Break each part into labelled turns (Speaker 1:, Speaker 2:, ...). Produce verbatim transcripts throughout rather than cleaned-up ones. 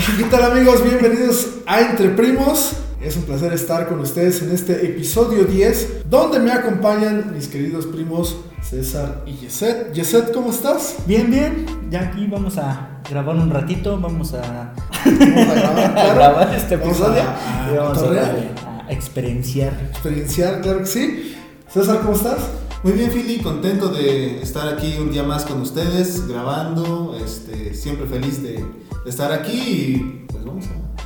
Speaker 1: ¿Qué tal, amigos? Bienvenidos a Entre Primos. Es un placer estar con ustedes en este episodio diez, donde me acompañan mis queridos primos César y Yeset. Yeset, ¿cómo estás?
Speaker 2: Bien, bien. Ya aquí vamos a grabar un ratito. Vamos a,
Speaker 1: Vamos a grabar, claro.
Speaker 2: a grabar este
Speaker 1: Vamos
Speaker 2: episodio.
Speaker 1: a- a
Speaker 2: y vamos a,
Speaker 1: cotorrear.
Speaker 2: darle a experienciar.
Speaker 1: Experienciar, claro que sí. César, ¿cómo estás?
Speaker 3: Muy bien, Philly, contento de estar aquí un día más con ustedes, grabando, este, siempre feliz de, de estar aquí y pues vamos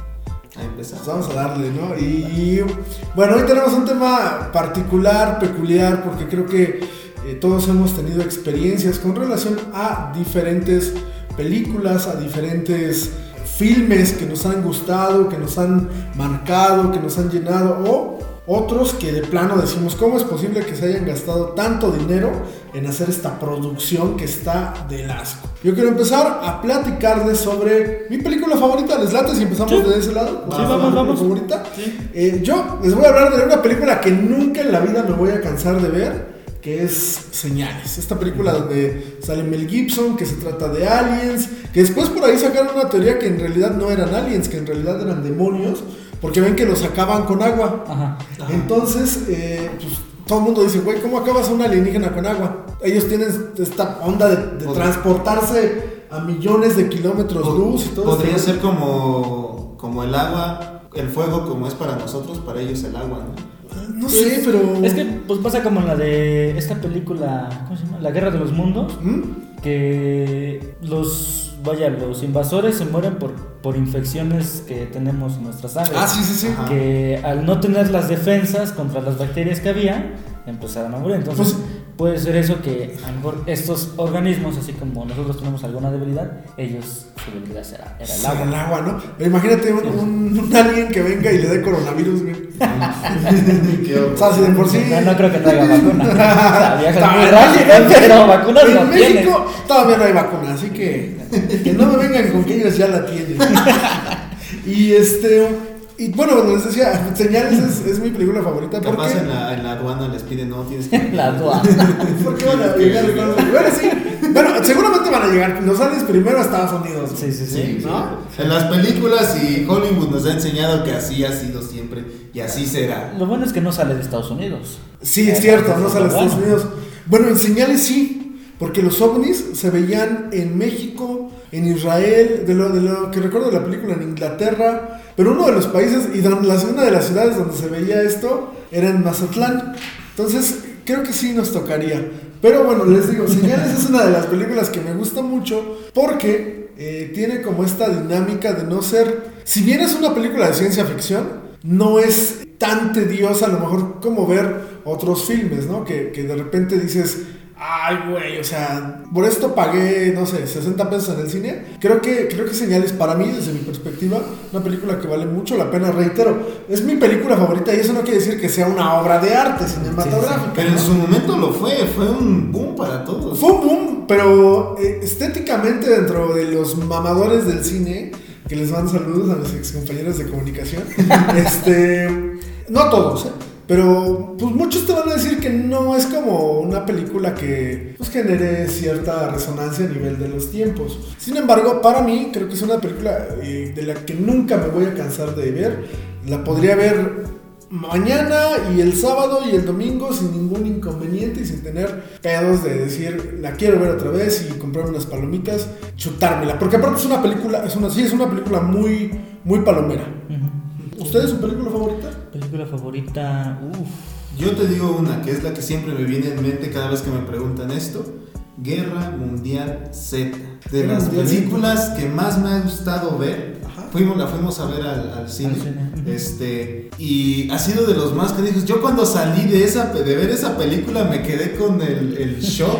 Speaker 3: a, a empezar.
Speaker 1: Pues vamos a darle, ¿no? Y, y, bueno, hoy tenemos un tema particular, peculiar, porque creo que eh, todos hemos tenido experiencias con relación a diferentes películas, a diferentes filmes que nos han gustado, que nos han marcado, que nos han llenado, o otros que de plano decimos, ¿cómo es posible que se hayan gastado tanto dinero en hacer esta producción que está del asco? Yo quiero empezar a platicarles sobre mi película favorita. ¿Les late si empezamos
Speaker 2: Sí.
Speaker 1: de ese lado?
Speaker 2: Sí,
Speaker 1: ¿La
Speaker 2: vamos,
Speaker 1: película
Speaker 2: vamos.
Speaker 1: favorita?
Speaker 2: Sí.
Speaker 1: Eh, yo les voy a hablar de una película que nunca en la vida me voy a cansar de ver, que es Señales. Esta película donde sale Mel Gibson, que se trata de aliens, que después por ahí sacaron una teoría que en realidad no eran aliens, que en realidad eran demonios, porque ven que los sacaban con agua.
Speaker 2: Ajá.
Speaker 1: Entonces, eh, pues, todo el mundo dice, güey, ¿cómo acabas un alienígena con agua? Ellos tienen esta onda de, de
Speaker 3: Pod-
Speaker 1: transportarse a millones de kilómetros
Speaker 3: Po-
Speaker 1: luz y todo.
Speaker 3: Podría
Speaker 1: esto.
Speaker 3: ser como, como el agua, el fuego como es para nosotros, para ellos el agua, ¿no?
Speaker 1: No sé, pero...
Speaker 2: Es que pues pasa como en la de esta película, ¿cómo se llama? La Guerra de los Mundos.
Speaker 1: ¿Mm?
Speaker 2: Que los, vaya, los invasores se mueren por, por infecciones que tenemos en nuestra sangre.
Speaker 1: Ah, sí, sí, sí.
Speaker 3: Ajá.
Speaker 2: Que al no tener las defensas contra las bacterias que había, empezaron a morir. Entonces,
Speaker 1: Pues-
Speaker 2: puede ser eso que a lo mejor estos organismos, así como nosotros tenemos alguna debilidad, ellos, su debilidad era, era el
Speaker 1: Sí,
Speaker 2: agua.
Speaker 1: el agua, ¿no? Pero imagínate un, un, un alien que venga y le dé coronavirus, güey.
Speaker 3: Qué horror.
Speaker 1: O sea, si de por sí...
Speaker 2: No, no creo que traiga vacuna. O sea, viajas muy
Speaker 1: Está-
Speaker 2: rápido, pero vacunas
Speaker 1: en
Speaker 2: no tienes.
Speaker 1: México todavía no hay vacuna, así que que no me vengan con que ellos ya la tienen. Y este... Y bueno, bueno, les decía, Señales es, es mi película favorita. ¿Por
Speaker 3: Capaz
Speaker 1: qué?
Speaker 3: en la, en la aduana les piden, no, tienes que...
Speaker 2: La aduana.
Speaker 1: ¿Por qué van a llegar con... Bueno, sí. Bueno, seguramente van a llegar. Los aliens primero a Estados Unidos.
Speaker 2: Sí, sí, sí.
Speaker 3: Sí,
Speaker 1: ¿no?
Speaker 3: sí. En las películas y Hollywood nos ha enseñado que así ha sido siempre y así será.
Speaker 2: Lo bueno es que no sale de Estados Unidos.
Speaker 1: Sí, es cierto, no sale de Estados Unidos. Bueno, en Señales sí, porque los ovnis se veían en México, en Israel, de lo, de lo que recuerdo de la película, en Inglaterra, pero uno de los países y donde, la una de las ciudades donde se veía esto era en Mazatlán. Entonces, creo que sí nos tocaría. Pero bueno, les digo, Señales es una de las películas que me gusta mucho porque eh, tiene como esta dinámica de no ser, si bien es una película de ciencia ficción, no es tan tediosa a lo mejor como ver otros filmes, ¿no? Que, que de repente dices, ay, güey, o sea, por esto pagué, no sé, sesenta pesos en el cine. Creo que, creo que Señales, para mí, desde mi perspectiva, una película que vale mucho la pena. Reitero, es mi película favorita y eso no quiere decir que sea una obra de arte cinematográfica.
Speaker 3: Pero en
Speaker 1: ¿no?
Speaker 3: su momento lo fue, fue un boom para todos.
Speaker 1: Fue un boom, pero eh, estéticamente dentro de los mamadores del cine, que les mando saludos a mis ex compañeros de comunicación, este, no todos, ¿eh? Pero pues muchos te van a decir que no es como una película que pues, genere cierta resonancia a nivel de los tiempos. Sin embargo, para mí creo que es una película eh, de la que nunca me voy a cansar de ver. La podría ver mañana y el sábado y el domingo sin ningún inconveniente y sin tener pedos de decir la quiero ver otra vez y comprarme unas palomitas, chutármela. Porque aparte es una película, es una, sí, es una película muy, muy palomera.
Speaker 2: Ujú.
Speaker 1: ¿Ustedes su película favorita?
Speaker 2: Película favorita, uff.
Speaker 3: Yo te digo una que es la que siempre me viene en mente cada vez que me preguntan esto. Guerra Mundial Z. De
Speaker 1: Guerra
Speaker 3: las
Speaker 1: Mundial
Speaker 3: películas que más me ha gustado ver.
Speaker 1: Ajá.
Speaker 3: Fuimos, la fuimos a ver al, al cine.
Speaker 2: Al cine, ujú.
Speaker 3: Este, y ha sido de los más que dije. Yo cuando salí de esa de ver esa película me quedé con el, el shock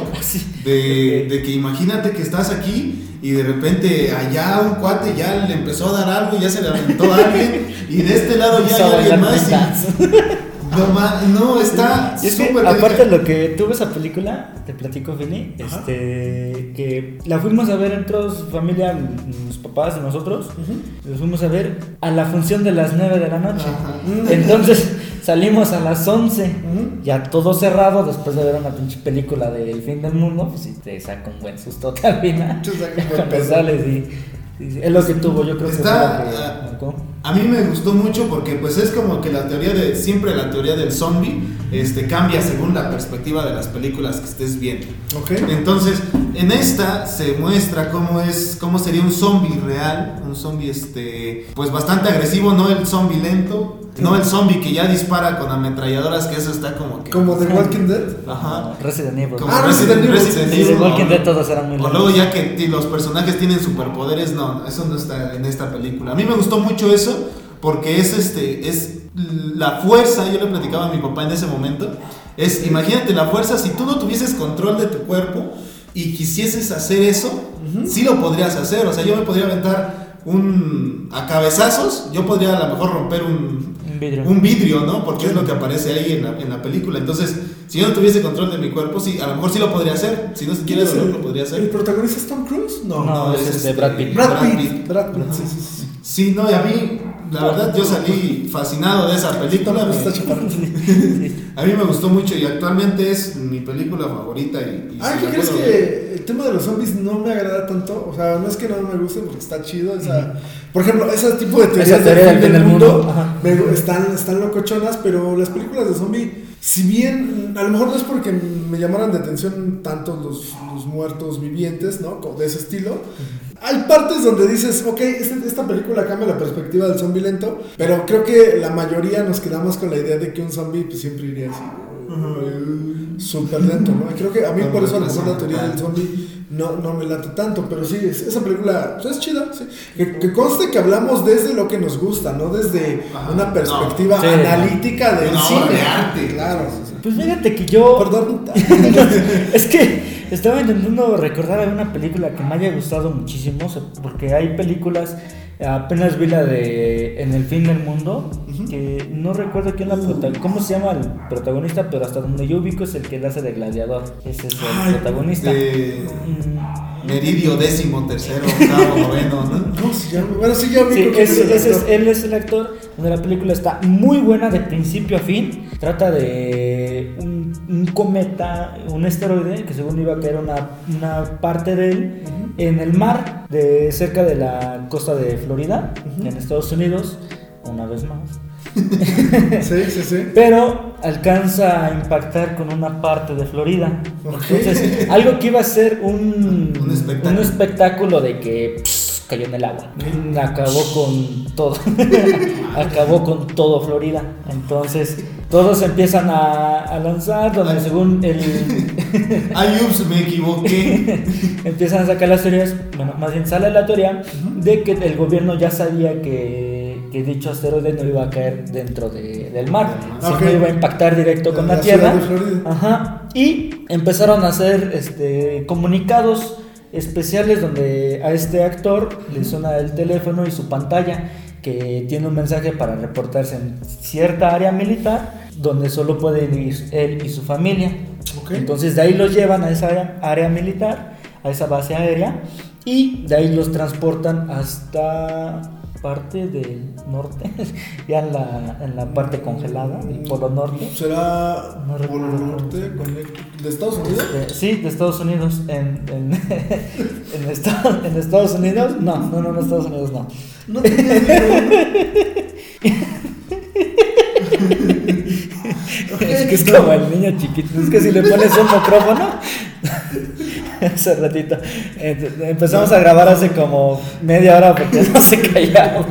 Speaker 3: de, de que imagínate que estás aquí y de repente allá un cuate ya le empezó a dar algo, ya se le aventó a alguien y de este lado ya hay alguien más. y- no, ma- no, está
Speaker 2: Y es que,
Speaker 3: súper
Speaker 2: aparte de
Speaker 3: delicado.
Speaker 2: lo que tuve esa película, te platico, Fini,
Speaker 1: Ajá.
Speaker 2: este, que la fuimos a ver entre familia, mis papás y nosotros,
Speaker 1: Ujú.
Speaker 2: la fuimos a ver a la función de las nueve de la noche.
Speaker 3: Ajá.
Speaker 2: Entonces salimos a las once,
Speaker 1: Ujú.
Speaker 2: ya todo cerrado, después de ver una pinche película del fin del mundo, pues sí te saca un buen susto al final.
Speaker 1: Te saca un buen
Speaker 2: Cuando
Speaker 1: pedo.
Speaker 2: sales y Sí, es lo que tuvo, yo creo
Speaker 3: Está,
Speaker 2: que fue lo que marcó.
Speaker 3: A mí me gustó mucho porque pues es como que la teoría de, siempre la teoría del zombie este, cambia según la perspectiva de las películas que estés viendo.
Speaker 1: Okay.
Speaker 3: Entonces, en esta se muestra cómo es, cómo sería un zombie real, un zombie este, pues bastante agresivo, no el zombie lento, no el zombie que ya dispara con ametralladoras, que eso está como que...
Speaker 1: Como The Walking Dead.
Speaker 3: Ajá.
Speaker 2: Resident Evil.
Speaker 3: Como
Speaker 1: Ah,
Speaker 3: Resident,
Speaker 1: Resident Evil.
Speaker 3: Resident
Speaker 2: Sí,
Speaker 3: Evil.
Speaker 2: The Walking
Speaker 3: o-
Speaker 2: Dead todos eran muy
Speaker 3: O
Speaker 2: lentos.
Speaker 3: luego ya que ti- los personajes tienen superpoderes, no, eso no está en esta película. A mí me gustó mucho eso porque es este es la fuerza, yo le platicaba a mi papá en ese momento, es imagínate la fuerza, si tú no tuvieses control de tu cuerpo y quisieses hacer eso, uh-huh. sí lo podrías hacer, o sea, yo me podría aventar un a cabezazos, yo podría a lo mejor romper un
Speaker 2: Un vidrio.
Speaker 3: un vidrio, ¿no? Porque es lo que aparece ahí en la, en la película. Entonces, si yo no tuviese control de mi cuerpo, sí, a lo mejor sí lo podría hacer. Si no se quiere dolor, lo podría hacer.
Speaker 1: ¿El protagonista es Tom Cruise? No.
Speaker 2: No,
Speaker 3: No,
Speaker 2: es
Speaker 3: es
Speaker 2: este
Speaker 3: este,
Speaker 2: Brad Pitt.
Speaker 1: Brad
Speaker 3: Brad
Speaker 1: Pitt.
Speaker 3: Pitt.
Speaker 1: Brad Pitt, sí, sí, sí.
Speaker 3: Sí, no, y a mí, la verdad, yo salí fascinado de esa película.
Speaker 1: Está
Speaker 3: Me-
Speaker 1: chaparrito.
Speaker 3: a mí me gustó mucho y actualmente es mi película favorita. Y, y
Speaker 1: Ah,
Speaker 3: si
Speaker 1: ¿qué
Speaker 3: la
Speaker 1: crees
Speaker 3: puedo ver-
Speaker 1: que el tema de los zombies no me agrada tanto? O sea, no es que no me guste porque está chido. Esa, por ejemplo, ese tipo de teorías
Speaker 2: Esa teoría
Speaker 1: del fin del mundo,
Speaker 2: mundo, ajá.
Speaker 1: me- están, están locochonas, pero las películas de zombie, si bien, a lo mejor no es porque me llamaran de atención tanto los, los muertos vivientes, ¿no? Como de ese estilo. Hay partes donde dices, ok, este- esta película cambia la perspectiva del zombie lento, pero creo que la mayoría nos quedamos con la idea de que un zombie pues, siempre iría así, uh, súper lento, ¿no? Y creo que a mí por eso a lo mejor la teoría del zombie no, no me late tanto, pero sí, es- esa película pues, es chida, sí. Que, que conste que hablamos desde lo que nos gusta, no desde
Speaker 3: Ajá.
Speaker 1: una perspectiva
Speaker 2: No. Sí.
Speaker 1: analítica del
Speaker 3: Una
Speaker 1: cine.
Speaker 3: obra de arte.
Speaker 1: Claro.
Speaker 2: Pues fíjate que yo.
Speaker 1: Perdón.
Speaker 2: Es que estaba intentando recordar alguna película que me haya gustado muchísimo, o sea, porque hay películas, apenas vi la de En el fin del mundo,
Speaker 1: Ujú.
Speaker 2: que no recuerdo quién la prota- cómo se llama el protagonista, pero hasta donde yo ubico es el que le hace de gladiador, ese es el
Speaker 1: Ay,
Speaker 2: protagonista.
Speaker 3: de
Speaker 2: Mm,
Speaker 3: Meridio décimo, tercero, octavo, noveno, ¿no?
Speaker 1: ¿Cómo se llama? Bueno, sí, ya vi
Speaker 2: Sí,
Speaker 1: creo que
Speaker 2: ese-
Speaker 1: es el
Speaker 2: ese es-
Speaker 1: actor.
Speaker 2: él es el actor, donde la película está muy buena de principio a fin. Trata de un, un cometa, un asteroide que según iba a caer una, una parte de él
Speaker 1: Ujú.
Speaker 2: en el mar de cerca de la costa de Florida,
Speaker 1: Ujú.
Speaker 2: en Estados Unidos, una vez más.
Speaker 1: Sí, sí, sí.
Speaker 2: Pero alcanza a impactar con una parte de Florida.
Speaker 1: Ok.
Speaker 2: Entonces, algo que iba a ser un,
Speaker 3: Un espectáculo.
Speaker 2: un espectáculo de que pss, cayó en el agua. Acabó con todo. Acabó con todo Florida. Entonces, todos empiezan a, a lanzar, donde
Speaker 3: Ay.
Speaker 2: según el.
Speaker 3: Ay, ups, me equivoqué.
Speaker 2: Empiezan a sacar las teorías. Bueno, más bien sale la teoría de que el gobierno ya sabía que, que dicho asteroide no iba a caer dentro de- del mar, sino
Speaker 1: Ok.
Speaker 2: iba a impactar directo con
Speaker 1: En
Speaker 2: la,
Speaker 1: la
Speaker 2: tierra.
Speaker 1: ciudad de Florida.
Speaker 2: Ajá. Y empezaron a hacer este, comunicados especiales donde a este actor le suena el teléfono y su pantalla que tiene un mensaje para reportarse en cierta área militar donde solo puede ir él y su familia.
Speaker 1: Ok.
Speaker 2: Entonces de ahí los llevan a esa área, área militar, a esa base aérea, y de ahí los transportan hasta parte del norte, ya en la, en la parte congelada del polo norte.
Speaker 1: ¿Será
Speaker 2: No
Speaker 1: Polo
Speaker 2: recuerdo.
Speaker 1: Norte con- de Estados Unidos?
Speaker 2: Eh, sí, de Estados Unidos. En, en, en, Estados, en Estados Unidos, no, no, no, en Estados Unidos no.
Speaker 1: No tenía idea.
Speaker 2: Es que es como el niño chiquito. Es que si le pones un micrófono. Hace ratito. eh, empezamos a grabar hace como media hora porque no se callaba.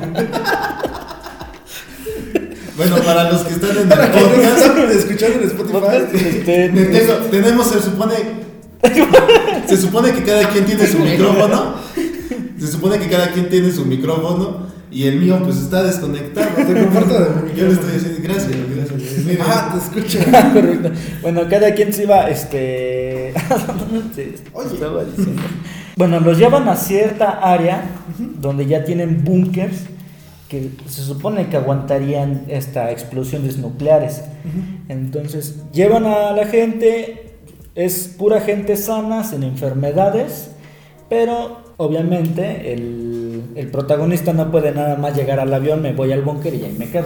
Speaker 3: Bueno, para los que están en el
Speaker 1: Para quienes
Speaker 3: podcast,
Speaker 1: están escuchando en Spotify.
Speaker 2: Este,
Speaker 3: tengo- tenemos, se supone, se supone que cada quien tiene su micrófono, se supone que cada quien tiene su micrófono y el mío pues está desconectado.
Speaker 1: Te comparto de mi
Speaker 3: Yo le estoy diciendo gracias, gracias. Miren,
Speaker 1: Ah, te escucho.
Speaker 2: Correcto. Bueno, cada quien se iba, este... Sí,
Speaker 1: Oye.
Speaker 2: estaba diciendo. Bueno, los llevan a cierta área donde ya tienen búnkers que se supone que aguantarían esta explosiones nucleares. Entonces, llevan a la gente, es pura gente sana, sin enfermedades, pero obviamente el, el protagonista no puede nada más llegar al avión, me voy al búnker y ahí me quedo.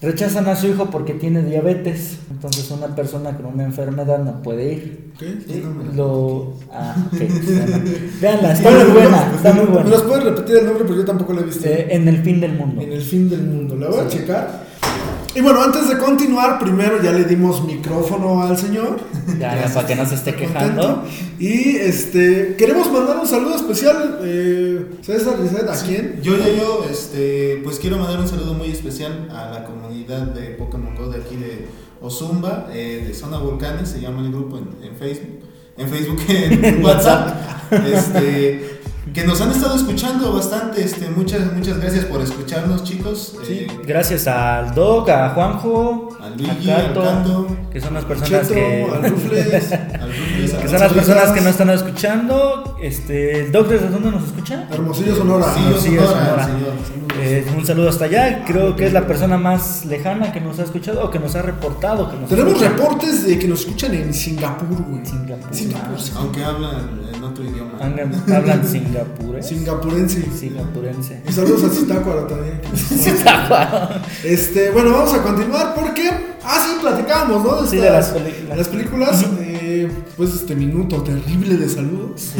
Speaker 2: Rechazan a su hijo porque tiene diabetes. Entonces una persona con una enfermedad no puede ir.
Speaker 1: ¿Qué?
Speaker 2: Sí, lo... Ah, ok. Bueno. Veanla, está muy buena. Está muy buena.
Speaker 1: ¿Me los puedes repetir el nombre? Porque yo tampoco la he visto.
Speaker 2: Eh, en el fin del mundo.
Speaker 1: En el fin del mundo. La voy a checar. Y bueno, antes de continuar, primero ya le dimos micrófono al señor.
Speaker 2: Ya, ya para que no se esté quejando.
Speaker 1: Contento. Y este queremos mandar un saludo especial, eh, César, ¿a
Speaker 3: Sí,
Speaker 1: quién?
Speaker 3: Yo, yo, yo, este, pues quiero mandar un saludo muy especial a la comunidad de Pokémon Go de aquí de Ozumba, eh, de Zona Volcanes, se llama el grupo en, en Facebook, en Facebook, en WhatsApp, este, que nos han estado escuchando bastante, este, muchas, muchas gracias por escucharnos, chicos.
Speaker 2: Sí,
Speaker 3: eh,
Speaker 2: gracias al Doc, a Juanjo,
Speaker 3: Al Luigi,
Speaker 2: a
Speaker 3: al
Speaker 2: Cato,
Speaker 3: Cato,
Speaker 2: que son las personas
Speaker 1: Cheto,
Speaker 2: que...
Speaker 1: al Rufles,
Speaker 3: al Rufles,
Speaker 2: que
Speaker 3: al
Speaker 2: son las
Speaker 3: Rufles.
Speaker 2: personas que no están escuchando. Este, el Doc, ¿desde dónde nos escucha?
Speaker 1: Hermosillo, Sonora.
Speaker 3: Sí,
Speaker 2: Hermosillo,
Speaker 3: Sonora,
Speaker 2: Sonora.
Speaker 3: señor.
Speaker 2: Eh, un saludo hasta allá. Creo que es la persona más lejana que nos ha escuchado o que nos ha reportado. Que nos
Speaker 1: Tenemos
Speaker 2: escucha.
Speaker 1: reportes de que nos escuchan en Singapur, güey.
Speaker 2: Singapur.
Speaker 1: Singapur, sí.
Speaker 3: Aunque hablan en otro idioma.
Speaker 2: Hablan, hablan singapures.
Speaker 1: Singapurense.
Speaker 2: Singapurense.
Speaker 1: Y saludos a Zitácuaro también. Este, bueno, vamos a continuar porque. Ah, sí, platicábamos, ¿no? De,
Speaker 2: Sí, de las películas.
Speaker 1: de las películas. eh, pues este minuto terrible de saludos.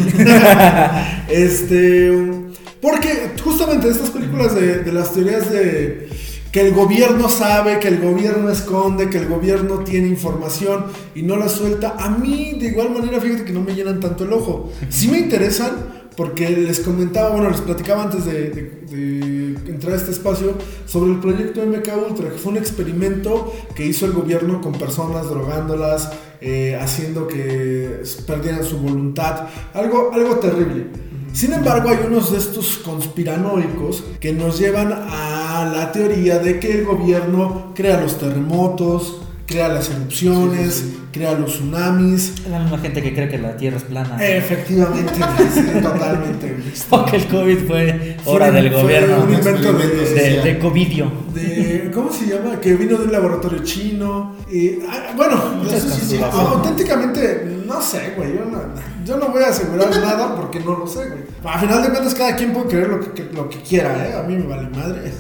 Speaker 1: este. Porque justamente estas películas de, de las teorías de que el gobierno sabe, que el gobierno esconde, que el gobierno tiene información y no la suelta, a mí de igual manera, fíjate que no me llenan tanto el ojo. Sí me interesan. Porque les comentaba, bueno, les platicaba antes de, de, de entrar a este espacio sobre el proyecto M K Ultra, que fue un experimento que hizo el gobierno con personas, drogándolas, eh, haciendo que perdieran su voluntad, algo, algo terrible. Sin embargo, hay unos de estos conspiranoicos que nos llevan a la teoría de que el gobierno crea los terremotos, crea las erupciones, sí, sí, sí. crea los tsunamis.
Speaker 2: Es la misma gente que cree que la Tierra es plana.
Speaker 1: Efectivamente, sí, totalmente.
Speaker 2: Porque el COVID fue obra
Speaker 1: fue,
Speaker 2: del
Speaker 1: fue
Speaker 2: gobierno.
Speaker 1: Un invento de,
Speaker 2: de, de covidio.
Speaker 1: De, ¿Cómo se llama? Que vino de un laboratorio chino. Y, ah, bueno,
Speaker 2: Muchas
Speaker 1: sí, sí, auténticamente, no sé, güey. Yo no, yo no voy a asegurar nada porque no lo sé, güey. A final de cuentas, cada quien puede creer lo que, lo que quiera, ¿eh? A mí me vale madre.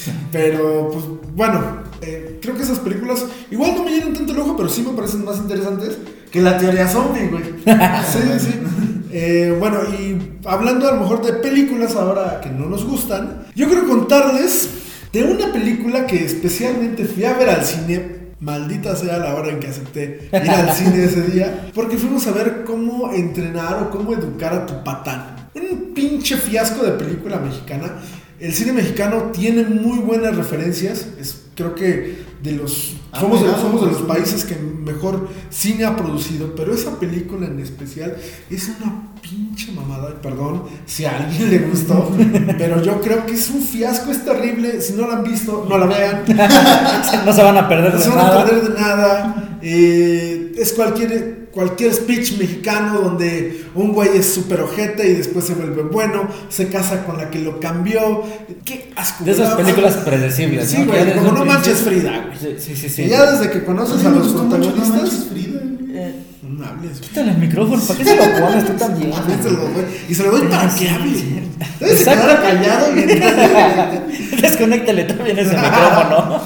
Speaker 1: Pero, pues, bueno, eh, creo que esas películas igual no me llenan tanto el ojo, pero sí me parecen más interesantes que la teoría zombie, güey. Sí, sí. Eh, bueno, y hablando a lo mejor de películas ahora que no nos gustan, yo quiero contarles de una película que especialmente fui a ver al cine. Maldita sea la hora en que acepté ir al cine ese día, porque fuimos a ver cómo entrenar o cómo educar a tu patán. Un pinche fiasco de película mexicana. El cine mexicano tiene muy buenas referencias. Es, creo que de los somos, de, somos de los países que mejor cine ha producido, pero esa película en especial es una pinche mamada. Perdón si a alguien le gustó, pero yo creo que es un fiasco, es terrible. Si no la han visto, no la vean.
Speaker 2: No se van a perder de
Speaker 1: no se van
Speaker 2: nada.
Speaker 1: a perder de nada. Eh, es cualquier cualquier speech mexicano donde un güey es súper ojete y después se vuelve bueno, se casa con la que lo cambió. Qué asco.
Speaker 2: De esas películas predecibles,
Speaker 1: sí,
Speaker 2: ¿no?
Speaker 1: güey, como No Manches Frida, güey.
Speaker 2: Sí, sí, sí, sí.
Speaker 1: Y ya desde que conoces a, a los protagonistas.
Speaker 3: No Manches Frida.
Speaker 2: Eh,
Speaker 1: no hables.
Speaker 2: Quítale el micrófono, ¿para qué se lo pones tú también?
Speaker 1: Y se lo doy para que hable.
Speaker 2: Debes
Speaker 1: se quedar callado
Speaker 2: y desconéctale también ese micrófono.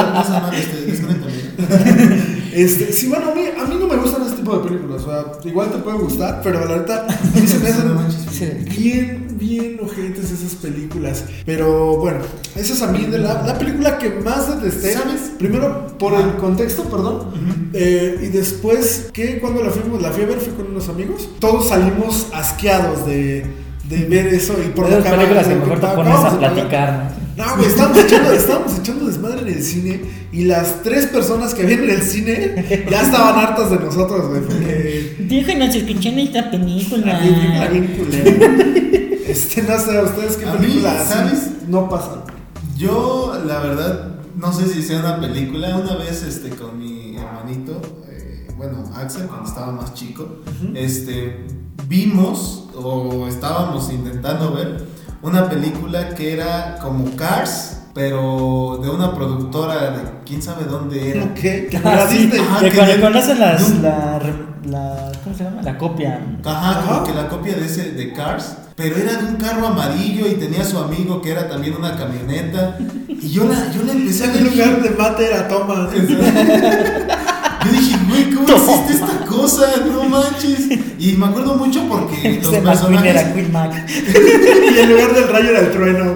Speaker 1: Este, sí, bueno, a mí, a mí no me gustan este tipo de películas. O sea, igual te puede gustar, pero la neta, a mí se me hacen bien, bien ojetes esas películas. Pero bueno, esa es a mí de la, la película que más detesté.
Speaker 3: ¿Sabes?
Speaker 1: Primero, por el contexto, perdón. Uh-huh. eh, y después, que cuando la fuimos, la fui a ver, fui con unos amigos. Todos salimos asqueados de, de ver eso. Y por
Speaker 2: las películas que mejor te pones a platicar.
Speaker 1: No, güey, estábamos echando, estábamos echando desmadre en el cine y las tres personas que habían en el cine ya estaban hartas de nosotros, güey, porque...
Speaker 2: Déjenos escuchar esta película.
Speaker 1: La película bien culera. Este, no sé, ¿ustedes qué
Speaker 3: a
Speaker 1: película
Speaker 3: mí, ¿sabes?
Speaker 1: No pasan?
Speaker 3: Yo, la verdad, no sé si sea una película. Una vez, este, con mi hermanito, eh, bueno, Axel, cuando estaba más chico, uh-huh. este, vimos, o estábamos intentando ver una película que era como Cars, pero de una productora de quién sabe dónde era.
Speaker 1: ¿Qué?
Speaker 2: Ah, sí,
Speaker 3: Ajá,
Speaker 2: de
Speaker 3: que
Speaker 2: cuando
Speaker 3: de-
Speaker 2: conocen las,
Speaker 3: de un-
Speaker 2: la, la, ¿cómo se llama? La copia.
Speaker 3: Ajá, como
Speaker 1: Ajá.
Speaker 3: que la copia de ese de Cars, pero era de un carro amarillo y tenía su amigo que era también una camioneta. Y yo la, yo la empecé a ver.
Speaker 1: En
Speaker 3: y
Speaker 1: lugar de mate era toma.
Speaker 3: yo dije, güey, ¿cómo hiciste esta cosa? No manches. Y me acuerdo mucho porque los
Speaker 2: Este McQueen era
Speaker 3: personajes.
Speaker 2: Queen Mac.
Speaker 1: Y en lugar del rayo era el trueno.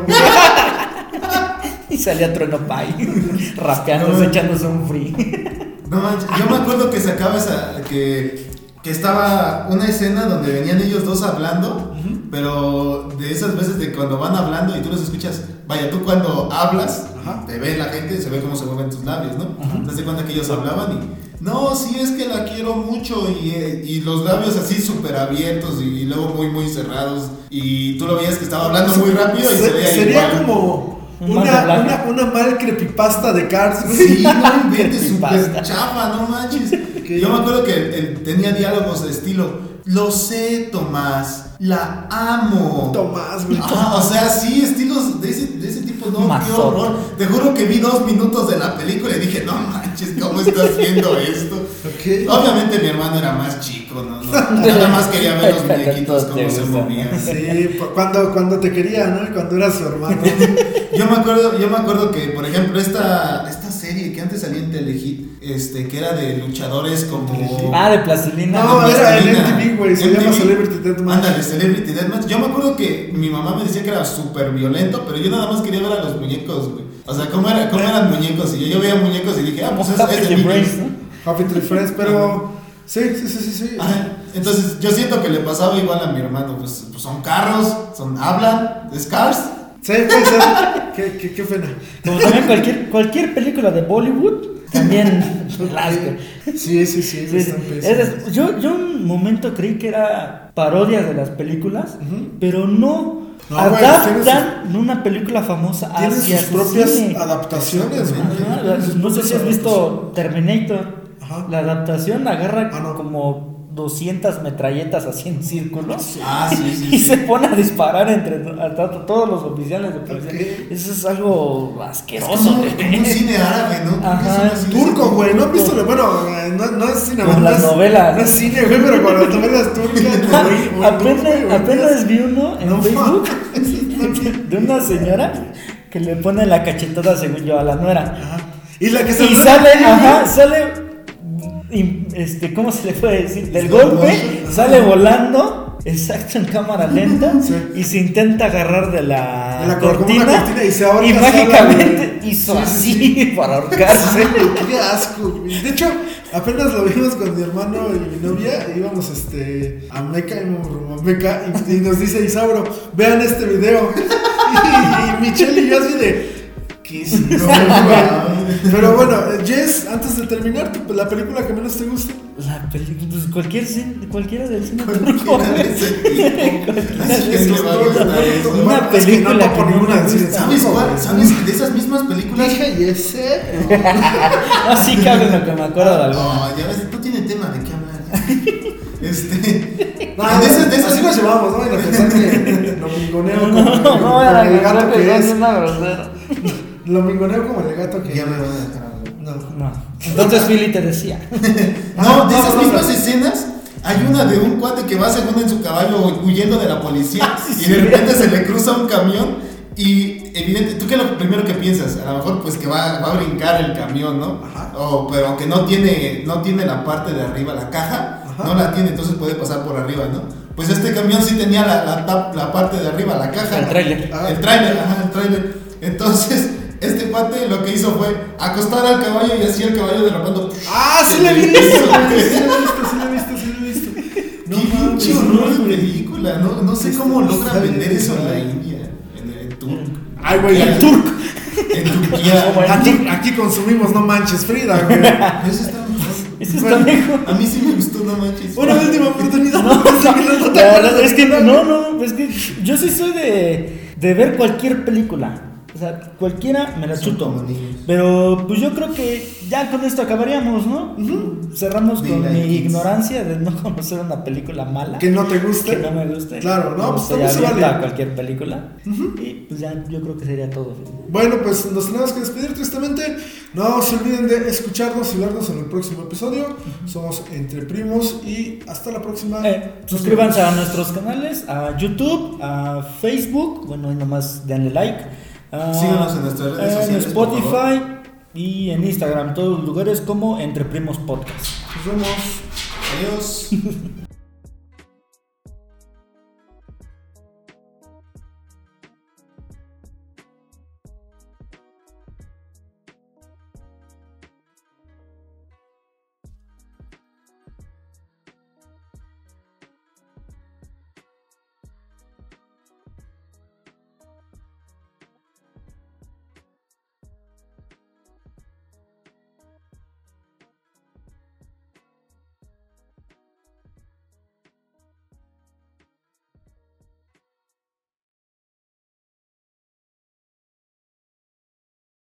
Speaker 2: Y salía Trueno Pai, rapeándose,
Speaker 3: No.
Speaker 2: echándose un free.
Speaker 3: No manches, yo me acuerdo que sacaba esa. que, que estaba una escena donde venían ellos dos hablando, pero de esas veces de cuando van hablando y tú los escuchas. Vaya, tú cuando hablas,
Speaker 1: Ajá.
Speaker 3: te ve la gente, se ve cómo se mueven tus labios, ¿no? Te das cuenta que ellos hablaban y. No, sí, es que la quiero mucho. Y, eh, y los labios así súper abiertos y, y luego muy, muy cerrados. Y tú lo veías que estaba hablando muy rápido y se,
Speaker 1: Se-
Speaker 3: veía
Speaker 1: sería
Speaker 3: igual.
Speaker 1: como
Speaker 2: Un
Speaker 1: una,
Speaker 2: mal doblaje.
Speaker 1: una, una mal creepypasta de Cars. güey.
Speaker 3: Sí, no inventes,
Speaker 2: Creepypasta.
Speaker 3: súper chafa, no manches.
Speaker 1: Ok.
Speaker 3: Yo me acuerdo que él tenía diálogos de estilo. Lo sé, Tomás, la amo.
Speaker 1: Tomás, güey.
Speaker 3: Ah, o sea, sí, estilos de ese, de ese tipo, no, qué
Speaker 2: Mazote.
Speaker 3: horror. Te juro que vi dos minutos de la película y dije, no manches, ¿cómo estás viendo esto?
Speaker 1: Ok.
Speaker 3: Obviamente mi hermano era más chico, no, no, nada más quería ver los muñequitos cómo se movían.
Speaker 1: Sí, cu- cuando, cuando te quería, ¿no? Cuando eras su hermano.
Speaker 3: Yo me acuerdo, yo me acuerdo que, por ejemplo, esta, esta serie que antes salía en Telehit, este, que era de luchadores como...
Speaker 2: Ah, de plastilina.
Speaker 1: No,
Speaker 3: de
Speaker 1: era en
Speaker 3: plastilina.
Speaker 1: M T V, güey, se
Speaker 3: M T V.
Speaker 1: llama Celebrity Deathmatch.
Speaker 3: Ándale, Celebrity Deathmatch. Yo me acuerdo que mi mamá me decía que era súper violento, pero yo nada más quería ver a los muñecos, güey. O sea, ¿cómo, era, cómo eran muñecos? Y yo, yo veía muñecos y dije, ah, pues es,
Speaker 2: Happy
Speaker 3: es de
Speaker 2: Embrace,
Speaker 3: niños.
Speaker 2: ¿no?
Speaker 1: Happy Tree Friends, pero. Sí, sí, sí, sí. sí.
Speaker 3: Ajá. Entonces, yo siento que le pasaba igual a mi hermano. Pues, pues son carros, son, hablan, es Cars.
Speaker 1: Sí, puede ser. qué, qué, qué pena.
Speaker 2: Como también cualquier, cualquier película de Bollywood, también las que-
Speaker 1: Sí, sí, sí.
Speaker 2: Sí,
Speaker 1: están
Speaker 2: sí.
Speaker 1: pésimas.
Speaker 2: Es- yo, yo un momento creí que era parodia de las películas, pero no.
Speaker 1: No, güey,
Speaker 2: adaptan una película famosa
Speaker 1: Tienen
Speaker 2: hacia
Speaker 1: sus
Speaker 2: su
Speaker 1: propias
Speaker 2: cine.
Speaker 1: adaptaciones, güey.
Speaker 2: Ajá,
Speaker 1: Tienen sus
Speaker 2: no sé si has
Speaker 1: propias
Speaker 2: visto Terminator.
Speaker 1: Ajá.
Speaker 2: La adaptación agarra
Speaker 1: Ah, no.
Speaker 2: como doscientas metralletas así en círculos.
Speaker 3: Ah, sí, sí,
Speaker 2: Y
Speaker 3: sí.
Speaker 2: se pone a disparar entre a- a todos los oficiales de policía.
Speaker 1: Ok.
Speaker 2: Eso es algo
Speaker 3: Es
Speaker 2: asqueroso.
Speaker 3: como,
Speaker 2: güey.
Speaker 3: como un cine árabe, ¿no? Creo que
Speaker 2: Ajá,
Speaker 3: es un cine-
Speaker 1: Turco, güey. ¿No has visto? lo- Bueno, eh, no, no es cine.
Speaker 2: Como
Speaker 1: no
Speaker 2: las
Speaker 1: es-
Speaker 2: novelas.
Speaker 1: No es cine, güey, pero con las novelas turcas.
Speaker 2: Ah,
Speaker 1: güey, güey,
Speaker 2: apenas,
Speaker 1: güey, güey,
Speaker 2: apenas vi uno en
Speaker 1: No
Speaker 2: Facebook
Speaker 1: mames.
Speaker 2: de una señora que le pone la cachetada, según yo, a la nuera.
Speaker 1: Ajá. Y la que se
Speaker 2: Y sale, ajá, sale, y, este, ¿cómo se le puede decir? Del golpe, sale volando, exacto, en cámara lenta,
Speaker 1: Sí.
Speaker 2: y se intenta agarrar de la,
Speaker 1: De la cor- como
Speaker 2: cortina,
Speaker 1: una cortina y se ahorca
Speaker 2: y
Speaker 1: sola,
Speaker 2: mágicamente
Speaker 1: güey.
Speaker 2: hizo
Speaker 1: Sí, sí,
Speaker 2: así
Speaker 1: sí.
Speaker 2: para ahorcarse.
Speaker 1: Qué asco, güey. De hecho, apenas lo vimos con mi hermano y mi novia. Íbamos este, a Meca, íbamos rumbo a Meca, y, y nos dice Isauro, vean este video. Y, y Michelle y yo así de. ¿Qué es eso, güey? Pero bueno, eh, Jess, antes de terminar, tu- la película que menos te gusta.
Speaker 2: La película, pues cualquier cine, cualquiera del cine
Speaker 3: Cualquiera
Speaker 2: turco,
Speaker 3: de
Speaker 2: güey.
Speaker 3: ese tipo. Así que
Speaker 1: Eso
Speaker 3: le
Speaker 1: es
Speaker 3: va a
Speaker 1: todo,
Speaker 3: gustar
Speaker 1: todo,
Speaker 3: eso.
Speaker 1: todo.
Speaker 2: Una
Speaker 1: Bueno, es que
Speaker 2: película
Speaker 1: no topo
Speaker 2: que no
Speaker 1: ninguna
Speaker 2: me
Speaker 1: del cine
Speaker 2: gusta.
Speaker 3: ¿Sabes
Speaker 1: turco,
Speaker 3: cuál?
Speaker 1: güey.
Speaker 3: ¿Sabes de esas mismas películas?
Speaker 1: Hija y ese.
Speaker 2: Así que hablen lo que me acuerdo de alguna.
Speaker 3: No, ya ves, no tiene tema de qué hablar. Este.
Speaker 1: No,
Speaker 3: de esas, de esas.
Speaker 1: así nos llevamos, ¿no? Y a pensar que lo mingoneo
Speaker 2: No,
Speaker 1: como,
Speaker 2: no,
Speaker 1: como
Speaker 2: no, era
Speaker 1: el gato
Speaker 2: que
Speaker 1: que
Speaker 2: es
Speaker 1: es.
Speaker 2: una grosera.
Speaker 1: Lo mingoneo como el gato que
Speaker 3: Ya me van a dejar hablar.
Speaker 1: No.
Speaker 2: No. Entonces Philly te decía.
Speaker 3: No, de esas
Speaker 1: no, no,
Speaker 3: mismas
Speaker 1: no.
Speaker 3: escenas. Hay una de un cuate que va según en su caballo huyendo de la policía y de repente se le cruza un camión y evidente, ¿tú qué es lo primero que piensas? A lo mejor pues que va, va a brincar el camión, ¿no?
Speaker 1: Ajá.
Speaker 3: O, pero que no tiene, no tiene la parte de arriba, la caja,
Speaker 1: Ajá.
Speaker 3: no la tiene, entonces puede pasar por arriba, ¿no? Pues este camión sí tenía la, la, tap- la parte de arriba, la caja.
Speaker 2: El tráiler.
Speaker 3: El tráiler, ajá, el tráiler. Entonces, este cuate lo que hizo fue acostar al caballo y así el caballo derrapando.
Speaker 1: Ah, sí
Speaker 3: se
Speaker 1: lo he
Speaker 3: le
Speaker 1: visto,
Speaker 3: hizo,
Speaker 1: güey.
Speaker 3: güey.
Speaker 1: Sí lo he visto, sí lo he visto, sí lo he visto. No
Speaker 3: Qué
Speaker 1: mames,
Speaker 3: pinche horror de
Speaker 1: güey.
Speaker 3: película, no, no sé
Speaker 1: Está-
Speaker 3: cómo
Speaker 1: está
Speaker 3: logran
Speaker 1: bien,
Speaker 3: vender eso en la
Speaker 1: güey.
Speaker 3: India, en, en Turquía.
Speaker 1: Ay, güey,
Speaker 3: En
Speaker 1: el turco.
Speaker 3: En Turquía.
Speaker 1: Aquí, aquí consumimos No Manches Frida, güey.
Speaker 3: Eso está mejor.
Speaker 2: Eso está
Speaker 1: Bueno.
Speaker 2: lejos.
Speaker 3: A mí sí me gustó, no manches.
Speaker 1: Una última oportunidad.
Speaker 2: No,
Speaker 1: Pensé que no te
Speaker 2: la
Speaker 1: acuerdas
Speaker 2: verdad
Speaker 1: de
Speaker 2: es que
Speaker 1: nada.
Speaker 2: no, no, es que yo sí soy de, de ver cualquier película. O sea, cualquiera me la
Speaker 3: Son
Speaker 2: chuto.
Speaker 3: como niños.
Speaker 2: Pero pues yo creo que ya con esto acabaríamos, ¿no? Uh-huh. Cerramos
Speaker 3: Dile
Speaker 2: con mi
Speaker 3: kids.
Speaker 2: ignorancia de no conocer una película mala.
Speaker 1: Que no te guste.
Speaker 2: Que no me guste.
Speaker 1: Claro, no, pues
Speaker 2: estoy
Speaker 1: todo se
Speaker 2: abierta
Speaker 1: vale.
Speaker 2: a cualquier película.
Speaker 1: Uh-huh.
Speaker 2: Y pues ya yo creo que sería todo.
Speaker 1: Bueno, pues nos tenemos que despedir tristemente. No se olviden de escucharnos y vernos en el próximo episodio. Uh-huh. Somos Entre Primos y hasta la próxima.
Speaker 2: Eh, suscríbanse a nuestros canales, a YouTube, a Facebook. Bueno, ahí nomás denle like. Uh,
Speaker 3: Síganos en nuestras redes sociales.
Speaker 2: En Spotify y en Instagram, todos los lugares como Entre Primos Podcast.
Speaker 1: Nos vemos.
Speaker 3: Adiós.